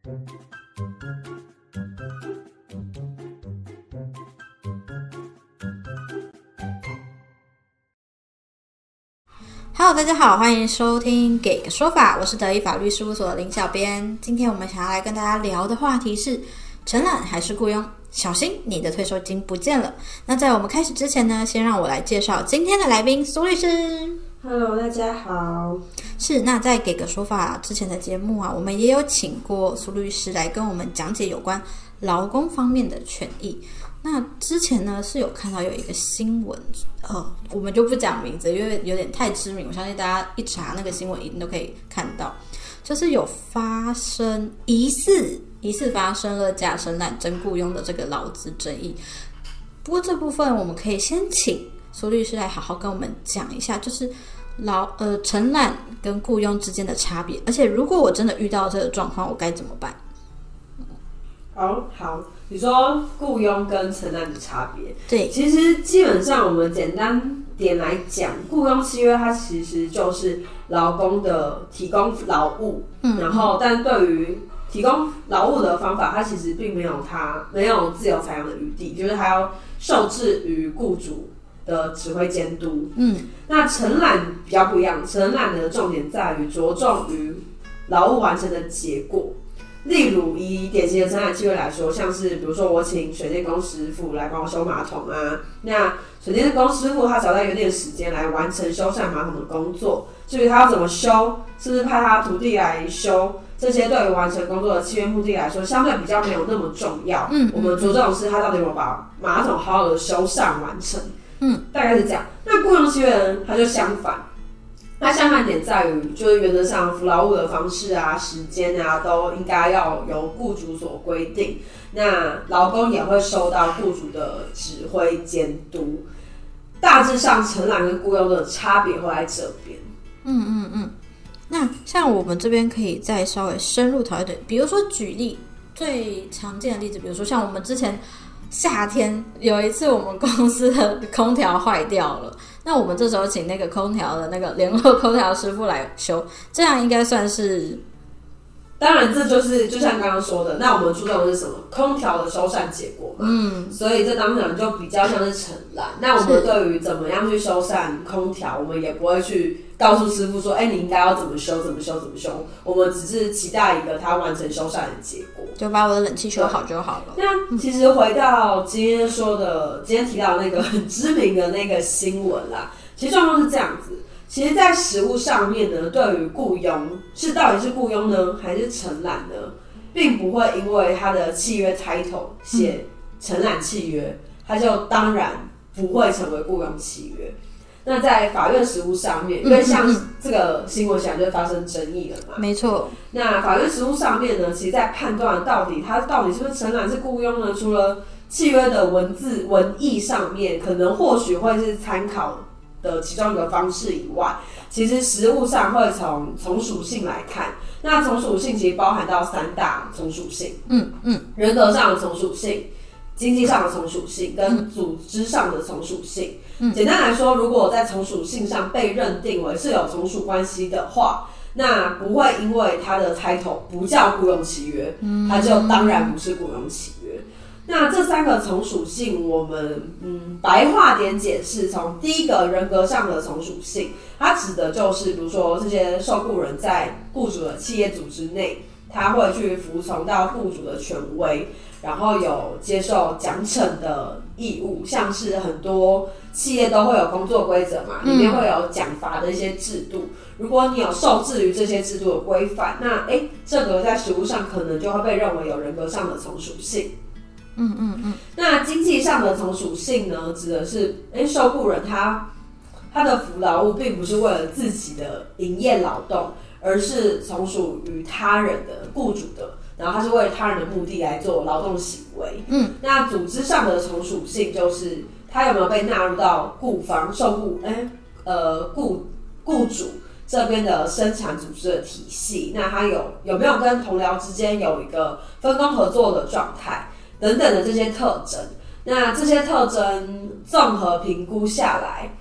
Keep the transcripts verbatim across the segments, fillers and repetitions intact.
Hello， 大家好，欢迎收听给个说法，我是德意法律事务所的林小编。今天我们想要来跟大家聊的话题是承揽还是雇佣，小心你的退休金不见了。那在我们开始之前呢，先让我来介绍今天的来宾苏律师。 Hello， 大家好。 是，那在给个说法之前的节目啊，我们也有请过苏律师来跟我们讲解有关劳工方面的权益。那之前呢是有看到有一个新闻，呃，我们就不讲名字，因为有点太知名，我相信大家一查那个新闻一定都可以看到，就是有发生疑似疑似发生了假承揽真雇佣的这个劳资争议。不过这部分我们可以先请苏律师来好好跟我们讲一下，就是劳呃承揽跟雇佣之间的差别，而且如果我真的遇到这个状况，我该怎么办？ 好好，你说雇佣跟承揽的差别， 对， 其实基本上我们简单点来讲，雇佣契约它其实就是劳工的提供劳务，嗯，然后但对于提供劳务的方法，它其实并没有它没有自由裁量的余地，就是还要受制于雇主的指挥监督。嗯，那承揽比较不一样，承揽的重点在于着重于劳务完成的结果。例如以典型的承揽契约来说，像是比如说我请水电工师傅来帮我修马桶啊，那水电工师傅他只要在约定的时间来完成修缮马桶的工作，至于他要怎么修，是不是派他徒弟来修，这些对于完成工作的契约目的来说，相对比较没有那么重要。嗯，我们着重的是他到底有没有把马桶好好的修缮完成。嗯，大概是这样。那雇佣契约呢，它就相反。它相反点在于，就是原则上服劳务的方式啊、时间啊，都应该要由雇主所规定。那劳工也会受到雇主的指挥监督。大致上，承揽跟雇佣的差别会在这边。 嗯嗯嗯。那像我们这边可以再稍微深入讨论点，比如说举例最常见的例子，比如说像我们之前夏天有一次，我们公司的空调坏掉了。那我们这时候请那个空调的那个联络空调师傅来修，这样应该算是。 当然，这就是就像刚刚说的，那我们注重的是什么？空调的修缮结果嘛。嗯。所以这当然就比较像是承揽。那我们对于怎么样去修缮空调，我们也不会去告诉师傅说，哎、欸，你应该要怎么修，怎么修，怎么修。我们只是期待一个他完成修缮的结果， 就把我的冷气修好就好了。 那其实回到今天说的，今天提到那个很知名的那个新闻啦，其实状况是这样子。其实，在实务上面呢，对于雇佣是到底是雇佣呢，还是承揽呢，并不会因为他的契约 title 写承揽契约，它就当然不会成为雇佣契约。那在法院实务上面，因为像这个新闻显然就发生争议了嘛， 没错。 那法院实务上面呢，其实在判断到底它到底是不是承揽是雇佣呢，除了契约的文字文义上面，可能或许会是参考的其中一个方式以外，其实实务上会从从属性来看。那从属性其实包含到三大从属性，嗯嗯，人格上的从属性、经济上的从属性跟组织上的从属性。嗯，简单来说，如果在从属性上被认定为是有从属关系的话，那不会因为它的 title 不叫雇佣契约，它就当然不是雇佣契约。那这三个从属性，我们嗯白话点解释，从第一个人格上的从属性，它指的就是比如说这些受雇人在雇主的企业组织内，他会去服从到雇主的权威，然后有接受奖惩的义务，像是很多企业都会有工作规则嘛，里面会有奖罚的一些制度。如果你有受制于这些制度的规范，那哎，这个在实务上可能就会被认为有人格上的从属性。嗯嗯嗯。那经济上的从属性呢，指的是哎，受雇人他他的服劳务并不是为了自己的营业劳动，而是从属于他人的雇主的，然后他是为了他人的目的来做劳动行为。嗯，那组织上的从属性就是他有没有被纳入到雇方受雇哎呃雇雇主这边的生产组织的体系，那他有有没有跟同僚之间有一个分工合作的状态等等的这些特征。那这些特征综合评估下来，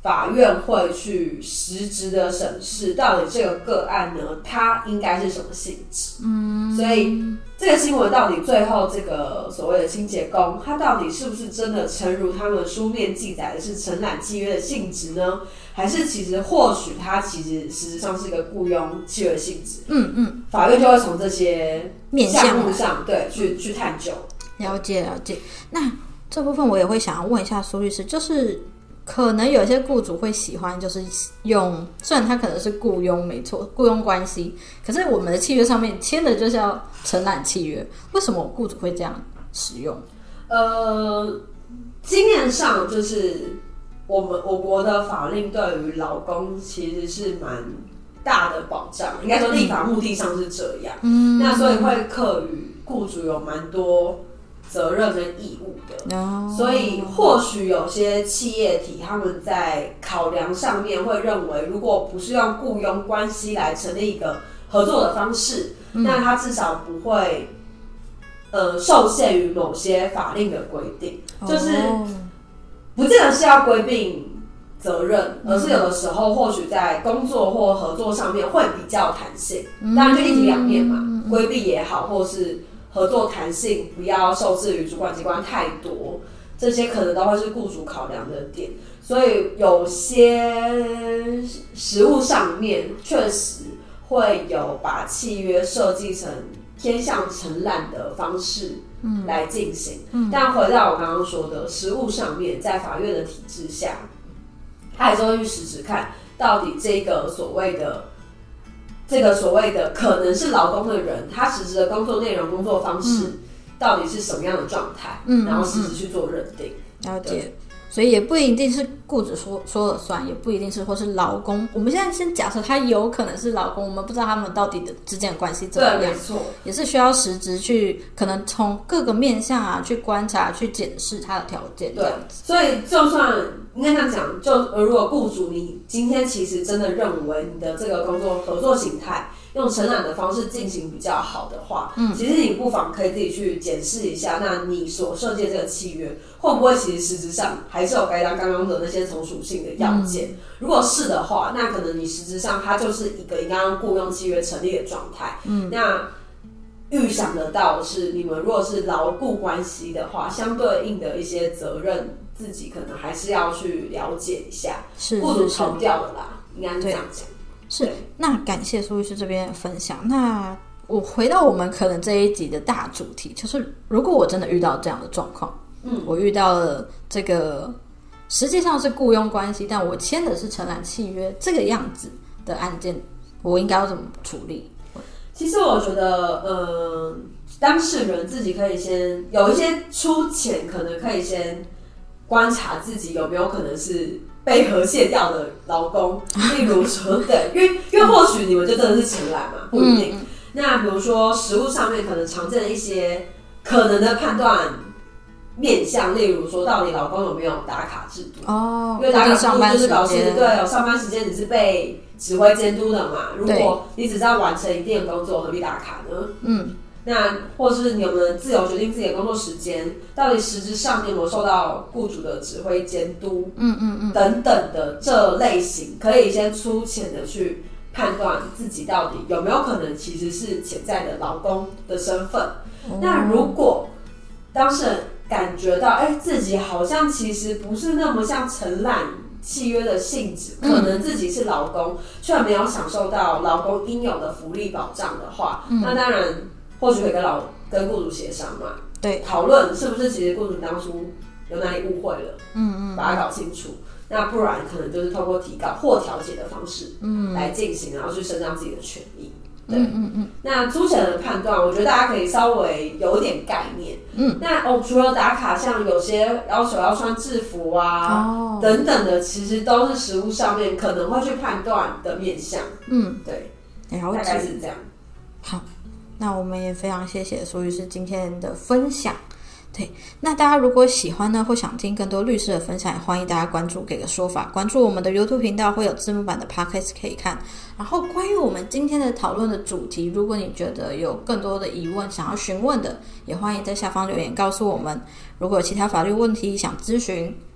法院会去实质的审视到底这个个案呢，它应该是什么性质。嗯，所以这个新闻到底最后这个所谓的清洁工，他到底是不是真的诚如他们书面记载的是承揽契约的性质呢？还是其实或许它其实实质上是一个雇佣契约的性质？嗯嗯，法院就会从这些项目上对去去探究。 了解了解。那这部分我也会想要问一下苏律师，就是可能有些雇主会喜欢，就是用，虽然他可能是雇佣，没错，雇佣关系，可是我们的契约上面签的就是要承揽契约，为什么雇主会这样使用？ 呃，经验上就是我们我国的法令对于劳工其实是蛮大的保障，应该说立法目的上是这样，嗯，那所以会课予雇主有蛮多责任跟义务的， oh. 所以或许有些企业体他们在考量上面会认为，如果不是用雇佣关系来成立一个合作的方式，嗯，那它至少不会呃受限于某些法令的规定， oh. 就是不见得是要规避责任，而是有的时候或许在工作或合作上面会比较弹性，嗯，当然就一体两面嘛，规避也好，或是合作弹性不要受制于主管机关太多，这些可能都会是雇主考量的点。所以有些实务上面确实会有把契约设计成偏向承揽的方式来进行，嗯嗯，但回到我刚刚说的实务上面，在法院的体制下，他还是会去实质看到底这个所谓的这个所谓的可能是劳工的人，他实质的工作内容、工作方式，嗯，到底是什么样的状态，嗯，然后实质去做认定。 了解。所以也不一定是雇主说说了算，也不一定是或是劳工。我们现在先假设他有可能是劳工，我们不知道他们到底的之间的关系怎么样， 对，没错， 也是需要实质去可能从各个面向啊去观察、去检视他的条件。 对，所以就算应该这样讲，就如果雇主你今天其实真的认为你的这个工作合作形态用承揽的方式进行比较好的话，嗯，其实你不妨可以自己去检视一下，那你所设计的这个契约会不会其实实质上还是有该当刚刚的那些从属性的要件，嗯，如果是的话，那可能你实质上它就是一个你刚刚雇佣契约成立的状态，嗯，那预想得到的是，你们如果是劳雇关系的话，相对应的一些责任自己可能还是要去了解一下， 是雇主逃不掉的啦，应该是这样讲。 是，那感谢苏律师这边的分享。那我回到我们可能这一集的大主题，就是如果我真的遇到这样的状况，嗯，我遇到了这个实际上是雇佣关系，但我签的是承揽契约这个样子的案件，我应该要怎么处理？ 其实我觉得，呃，当事人自己可以先有一些出钱，可能可以先观察自己有没有可能是被和谐掉的劳工，例如说，对，因为因为或许你们就真的是承揽嘛，不一定。嗯、那比如说实务上面可能常见的一些可能的判断面向，例如说到底劳工有没有打卡制度？哦，因为打卡制度就是表示对有上班时间你是被指挥监督的嘛。如果你只是要完成一定的工作，何必打卡呢？嗯。那或是你有没有自由决定自己的工作时间？到底实质上你有没有受到雇主的指挥监督？嗯嗯嗯，等等的这类型，可以先粗浅的去判断自己到底有没有可能其实是潜在的劳工的身份。哦、那如果当事人感觉到，哎、欸，自己好像其实不是那么像承揽契约的性质，可能自己是劳工，却没有享受到劳工应有的福利保障的话，嗯、那当然。或许可以跟老跟雇主协商嘛，对，讨论是不是其实雇主当初有哪里误会了，嗯嗯，把它搞清楚。那不然可能就是透过提告或调解的方式，嗯，来进行，然后去伸张自己的权益。对，嗯嗯嗯。那粗浅的判断，我觉得大家可以稍微有点概念。嗯，那哦，除了打卡，像有些要求要穿制服啊，哦，等等的，其实都是实务上面可能会去判断的面向。嗯，对，大概是这样。 好。那我们也非常谢谢苏律师今天的分享。对，那大家如果喜欢呢，或想听更多律师的分享，也欢迎大家关注给个说法，关注我们的 YouTube 频道，会有字幕版的 Podcast 可以看。然后关于我们今天的讨论的主题，如果你觉得有更多的疑问想要询问的，也欢迎在下方留言告诉我们。如果有其他法律问题想咨询，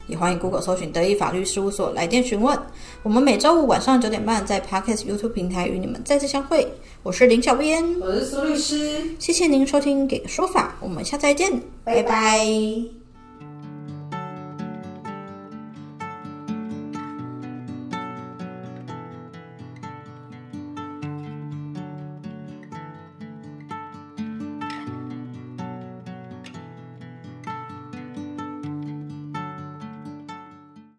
也欢迎 Google 搜寻德意法律事务所来电询问。我们每周五晚上九点半在 Podcast、YouTube 平台与你们再次相会。我是林小编， 我是苏律师， 谢谢您收听给个说法，我们下次再见，拜拜。